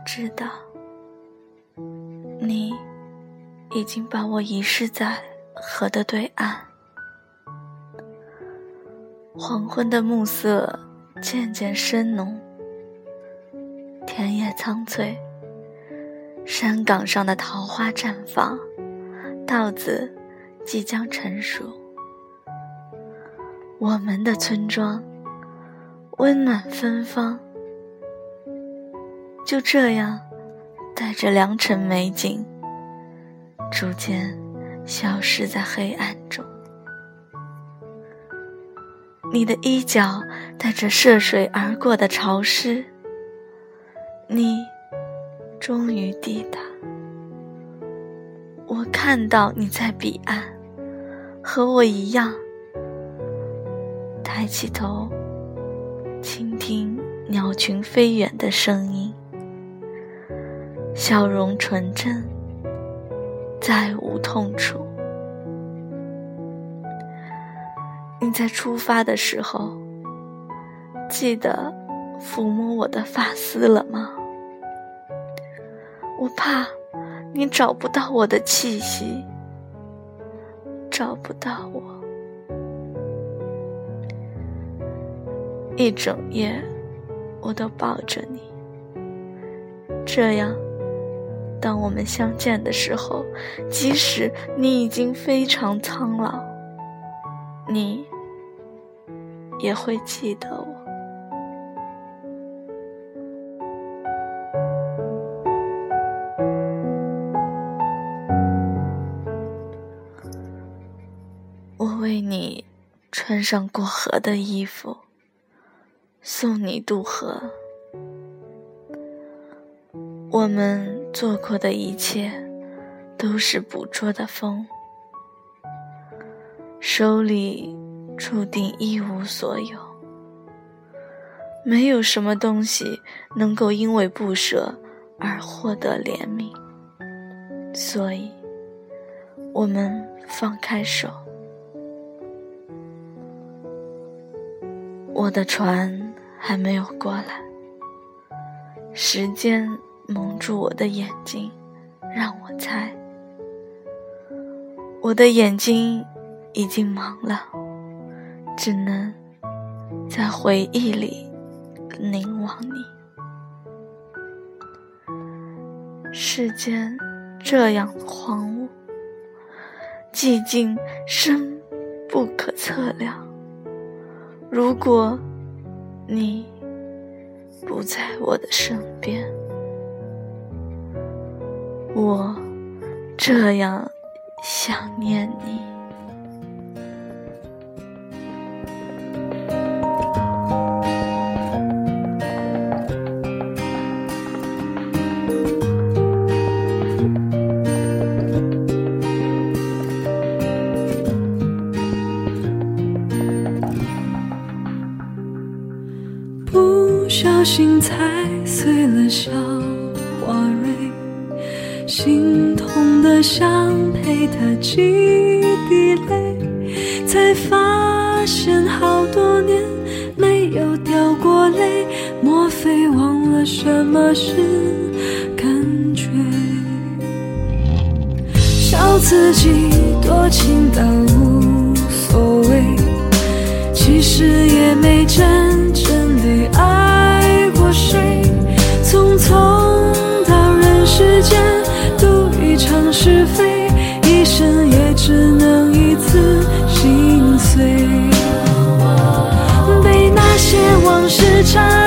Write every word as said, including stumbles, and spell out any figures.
知道，你已经把我遗失在河的对岸。黄昏的暮色渐渐深浓，田野苍翠，山岗上的桃花绽放，稻子即将成熟。我们的村庄温暖芬芳，就这样带着良辰美景，逐渐消失在黑暗中。你的衣角带着涉水而过的潮湿，你终于抵达。我看到你在彼岸，和我一样，抬起头，倾听鸟群飞远的声音，笑容纯真，再无痛楚。你在出发的时候，记得抚摸我的发丝了吗？我怕你找不到我的气息，找不到我。一整夜我都抱着你，这样当我们相见的时候，即使你已经非常苍老，你也会记得我。我为你穿上过河的衣服，送你渡河。我们做过的一切都是捕捉的风，手里注定一无所有，没有什么东西能够因为不舍而获得怜悯，所以我们放开手。我的船还没有过来，时间蒙住我的眼睛，让我猜，我的眼睛已经盲了，只能在回忆里凝望你。世间这样荒芜，寂静深不可测量。如果你不在我的身边，我这样想念你。 不小心踩碎了小花蕊，心痛得想陪它几滴泪，才发现好多年没有掉过泪，莫非忘了什么是感觉？笑自己多情到无所谓，其实也没真正地爱过谁，匆匆到人世间度一场是非，一生也只能一次心碎，被那些往事缠